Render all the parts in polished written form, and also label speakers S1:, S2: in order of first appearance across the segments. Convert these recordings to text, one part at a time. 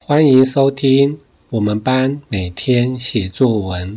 S1: 欢迎收听我们班每天写作文。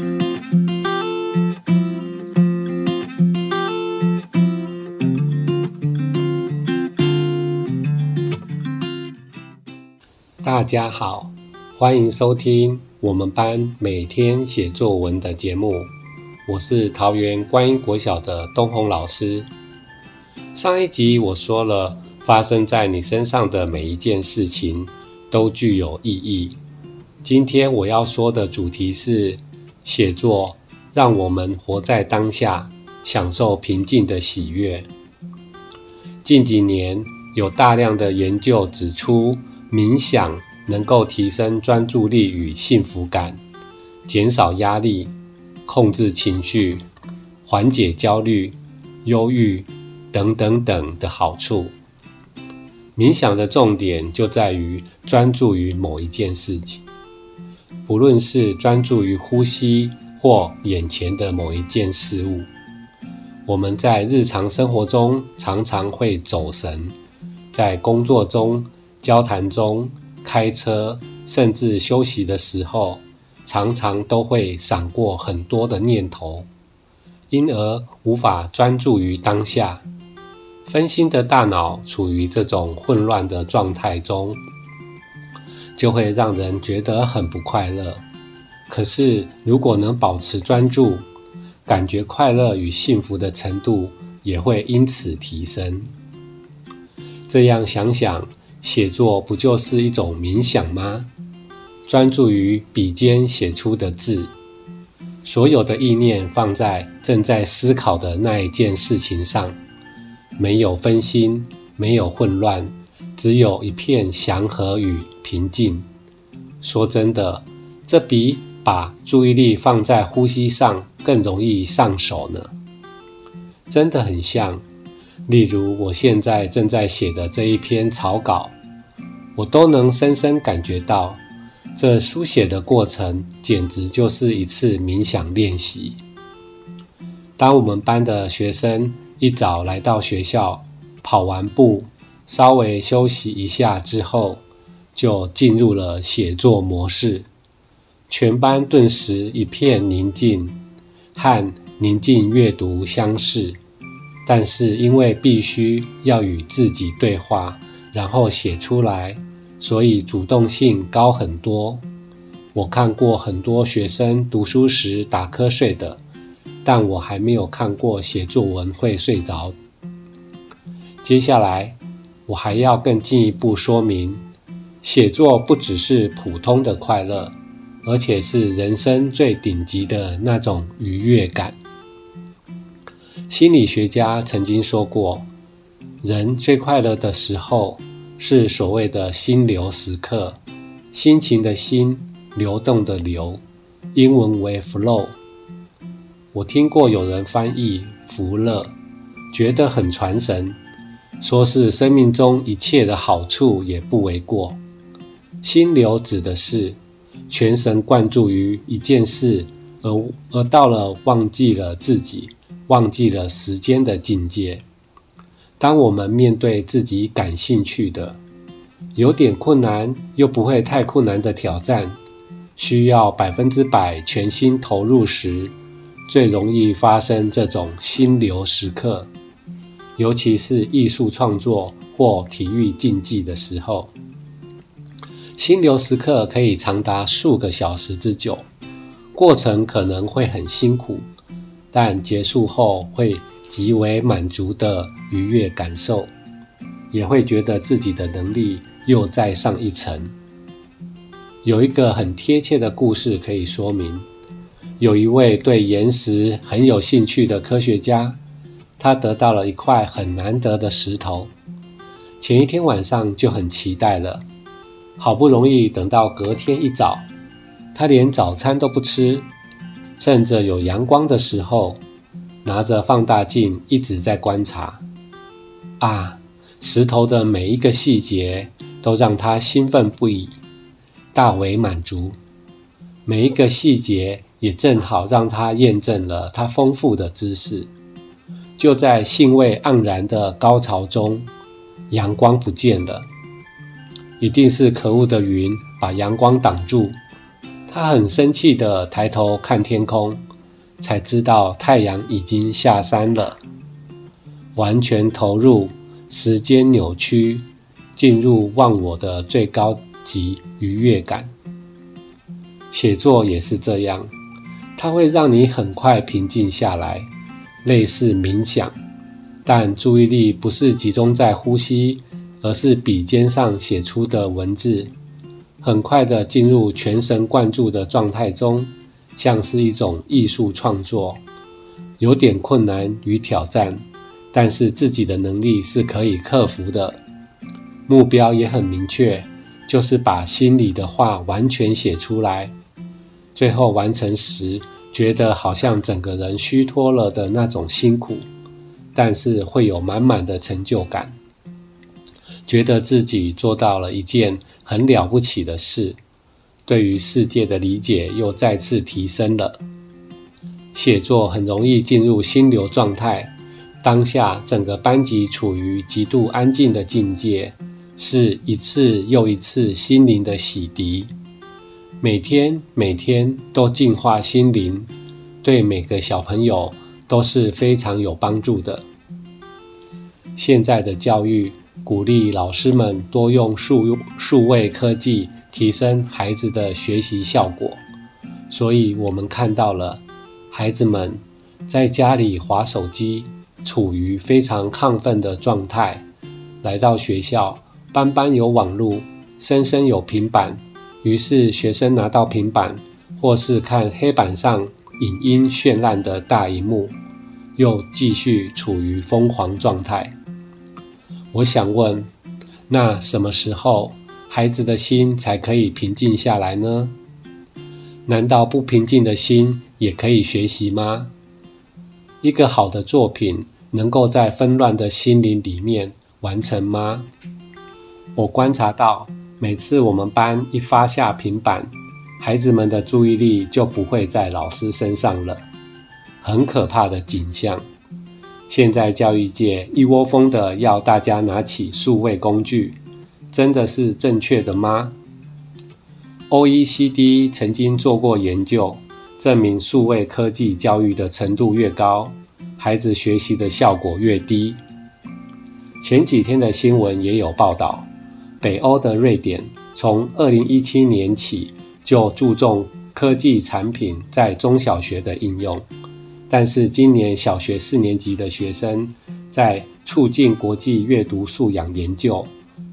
S1: 大家好，欢迎收听我们班每天写作文的节目，我是桃园观音国小的东红老师。上一集我说了，发生在你身上的每一件事情都具有意义。今天我要说的主题是写作让我们活在当下，享受平静的喜悦。近几年有大量的研究指出，冥想能够提升专注力与幸福感，减少压力，控制情绪，缓解焦虑、忧郁等等等的好处。冥想的重点就在于专注于某一件事情，不论是专注于呼吸或眼前的某一件事物。我们在日常生活中常常会走神，在工作中、交谈中、开车，甚至休息的时候，常常都会闪过很多的念头，因而无法专注于当下。分心的大脑处于这种混乱的状态中，就会让人觉得很不快乐。可是如果能保持专注，感觉快乐与幸福的程度也会因此提升。这样想想，写作不就是一种冥想吗？专注于笔尖写出的字，所有的意念放在正在思考的那一件事情上，没有分心，没有混乱，只有一片祥和与平静。说真的，这比把注意力放在呼吸上更容易上手呢。真的很像，例如我现在正在写的这一篇草稿，我都能深深感觉到，这书写的过程简直就是一次冥想练习。当我们班的学生一早来到学校，跑完步，稍微休息一下之后，就进入了写作模式。全班顿时一片宁静，和宁静阅读相似。但是因为必须要与自己对话，然后写出来，所以主动性高很多。我看过很多学生读书时打瞌睡的，但我还没有看过写作文会睡着。接下来，我还要更进一步说明，写作不只是普通的快乐，而且是人生最顶级的那种愉悦感。心理学家曾经说过，人最快乐的时候是所谓的心流时刻，心情的心，流动的流，英文为 flow。我听过有人翻译福乐，觉得很传神，说是生命中一切的好处也不为过。心流指的是全神贯注于一件事，而到了忘记了自己，忘记了时间的境界。当我们面对自己感兴趣的，有点困难又不会太困难的挑战，需要100%全心投入时，最容易发生这种心流时刻，尤其是艺术创作或体育竞技的时候。心流时刻可以长达数个小时之久，过程可能会很辛苦，但结束后会极为满足的愉悦感受，也会觉得自己的能力又再上一层。有一个很贴切的故事可以说明，有一位对岩石很有兴趣的科学家，他得到了一块很难得的石头，前一天晚上就很期待了，好不容易等到隔天一早，他连早餐都不吃，趁着有阳光的时候，拿着放大镜一直在观察。石头的每一个细节都让他兴奋不已，大为满足。每一个细节也正好让他验证了他丰富的知识。就在兴味盎然的高潮中，阳光不见了， 一定是可恶的云把阳光挡住。他很生气地抬头看天空，才知道太阳已经下山了。完全投入，时间扭曲，进入忘我的最高级愉悦感。写作也是这样，它会让你很快平静下来，类似冥想，但注意力不是集中在呼吸，而是笔尖上写出的文字，很快的进入全神贯注的状态中，像是一种艺术创作，有点困难与挑战，但是自己的能力是可以克服的。目标也很明确，就是把心里的话完全写出来。最后完成时，觉得好像整个人虚脱了的那种辛苦，但是会有满满的成就感，觉得自己做到了一件很了不起的事，对于世界的理解又再次提升了。写作很容易进入心流状态，当下整个班级处于极度安静的境界，是一次又一次心灵的洗涤。每天都净化心灵，对每个小朋友都是非常有帮助的。现在的教育鼓励老师们多用数位科技提升孩子的学习效果，所以我们看到了孩子们在家里滑手机，处于非常亢奋的状态，来到学校，班班有网路，生生有平板，于是学生拿到平板，或是看黑板上影音绚烂的大萤幕，又继续处于疯狂状态。我想问，那什么时候孩子的心才可以平静下来呢？难道不平静的心也可以学习吗？一个好的作品能够在纷乱的心灵里面完成吗？我观察到，每次我们班一发下平板，孩子们的注意力就不会在老师身上了，很可怕的景象。现在教育界一窝蜂的要大家拿起数位工具，真的是正确的吗？ OECD 曾经做过研究，证明数位科技教育的程度越高，孩子学习的效果越低。前几天的新闻也有报道，北欧的瑞典从2017年起就注重科技产品在中小学的应用，但是今年小学4年级的学生在促进国际阅读素养研究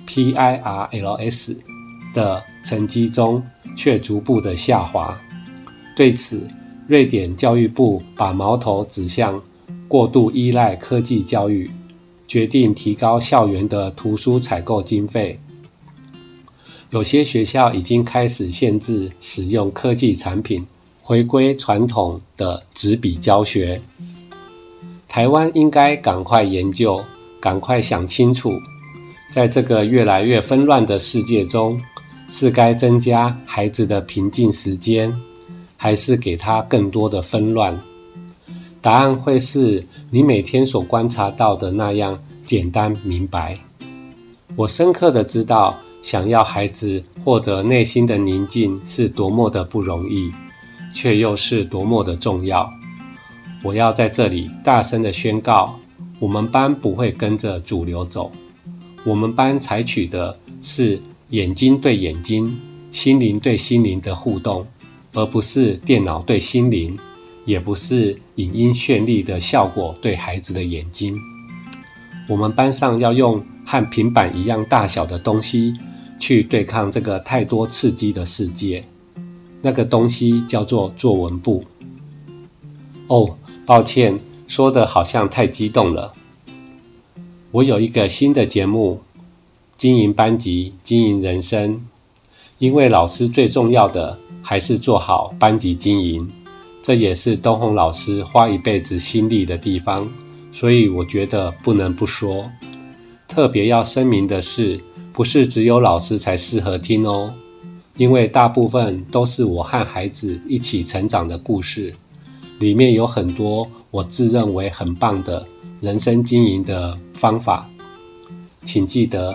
S1: PIRLS 的成绩中却逐步的下滑。对此，瑞典教育部把矛头指向过度依赖科技教育，决定提高校园的图书采购经费。有些学校已经开始限制使用科技产品，回归传统的纸笔教学。台湾应该赶快研究，赶快想清楚，在这个越来越纷乱的世界中，是该增加孩子的平静时间，还是给他更多的纷乱？答案会是你每天所观察到的那样简单明白。我深刻的知道，想要孩子获得内心的宁静是多么的不容易，却又是多么的重要。我要在这里大声的宣告，我们班不会跟着主流走，我们班采取的是眼睛对眼睛、心灵对心灵的互动，而不是电脑对心灵，也不是影音绚丽的效果对孩子的眼睛。我们班上要用和平板一样大小的东西去对抗这个太多刺激的世界，那个东西叫做作文簿。哦，抱歉，说的好像太激动了。我有一个新的节目，经营班级，经营人生。因为老师最重要的还是做好班级经营，这也是东红老师花一辈子心力的地方，所以我觉得不能不说。特别要声明的是，不是只有老师才适合听哦，因为大部分都是我和孩子一起成长的故事，里面有很多我自认为很棒的人生经营的方法。请记得，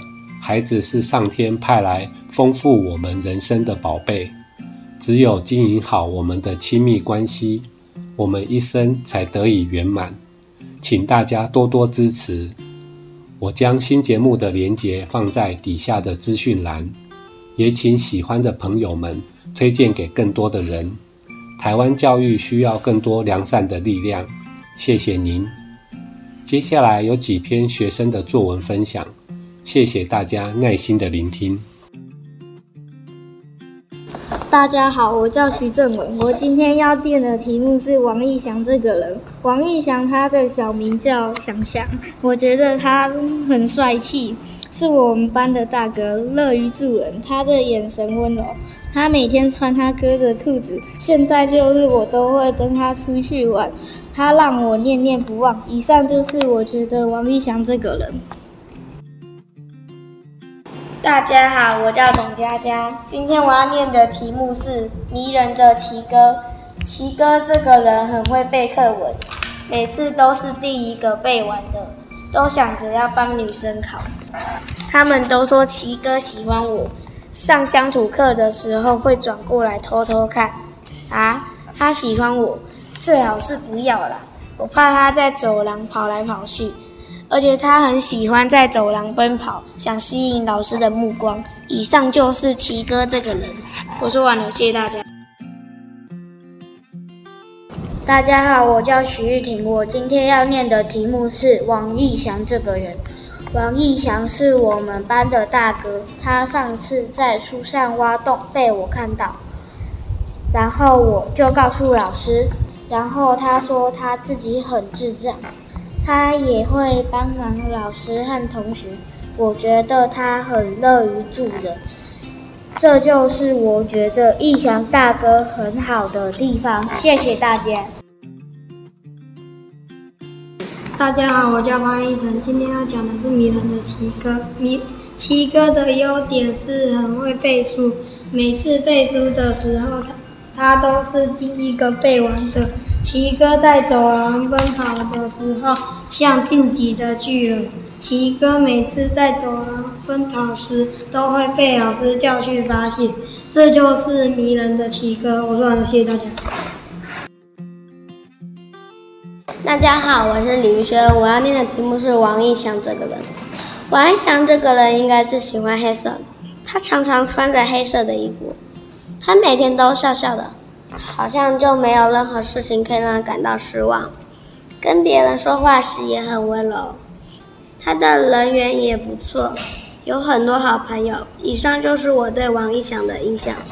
S1: 孩子是上天派来丰富我们人生的宝贝，只有经营好我们的亲密关系，我们一生才得以圆满。请大家多多支持。我将新节目的连结放在底下的资讯栏，也请喜欢的朋友们推荐给更多的人。台湾教育需要更多良善的力量，谢谢您。接下来有几篇学生的作文分享，谢谢大家耐心的聆听。
S2: 大家好，我叫徐正文，我今天要念的题目是王义祥这个人。王义祥他的小名叫祥祥，我觉得他很帅气，是我们班的大哥，乐于助人，他的眼神温柔，他每天穿他哥的裤子，现在6日我都会跟他出去玩，他让我念念不忘。以上就是我觉得王义祥这个人。
S3: 大家好，我叫董佳佳。今天我要念的题目是迷人的奇哥。奇哥这个人很会背课文，每次都是第一个背完的，都想着要帮女生考。他们都说奇哥喜欢我，上乡土课的时候会转过来偷偷看。啊，他喜欢我，最好是不要啦，我怕他在走廊跑来跑去。而且他很喜欢在走廊奔跑，想吸引老师的目光。以上就是奇哥这个人。我说完了，谢谢大家。大家好，我叫徐玉婷，我今天要念的题目是王义祥这个人。王义祥是我们班的大哥，他上次在树上挖洞被我看到，然后我就告诉老师，然后他说他自己很智障。他也会帮忙老师和同学，我觉得他很乐于助人，这就是我觉得义祥大哥很好的地方。谢谢大家。
S4: 大家好，我叫方一晨，今天要讲的是迷人的奇哥。奇哥的优点是很会背书，每次背书的时候，他都是第一个背完的。奇哥在走廊奔跑的时候，像晋级的巨人。奇哥每次在走廊奔跑时，都会被老师叫去罚写，这就是迷人的奇哥。我说完了，谢谢大家。
S3: 大家好，我是李玉轩，我要念的题目是王义祥这个人。王义祥这个人应该是喜欢黑色的，他常常穿着黑色的衣服，他每天都笑笑的，好像就没有任何事情可以让他感到失望。跟别人说话时也很温柔，他的人缘也不错，有很多好朋友。以上就是我对王义祥的印象。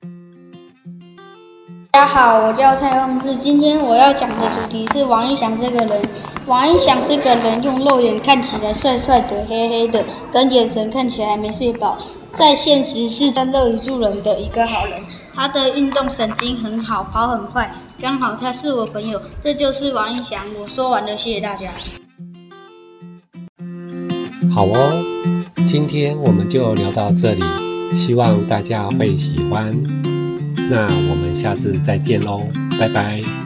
S2: 大家好，我叫蔡旺志，今天我要讲的主题是王义祥这个人。王义祥这个人用肉眼看起来帅帅的、黑黑的，跟眼神看起来还没睡饱，在现实是乐于助人的一个好人。他的运动神经很好，跑很快，刚好他是我朋友，这就是王义祥。我说完了，谢谢大家。
S1: 好哦，今天我们就聊到这里，希望大家会喜欢。那我们下次再见喽，拜拜。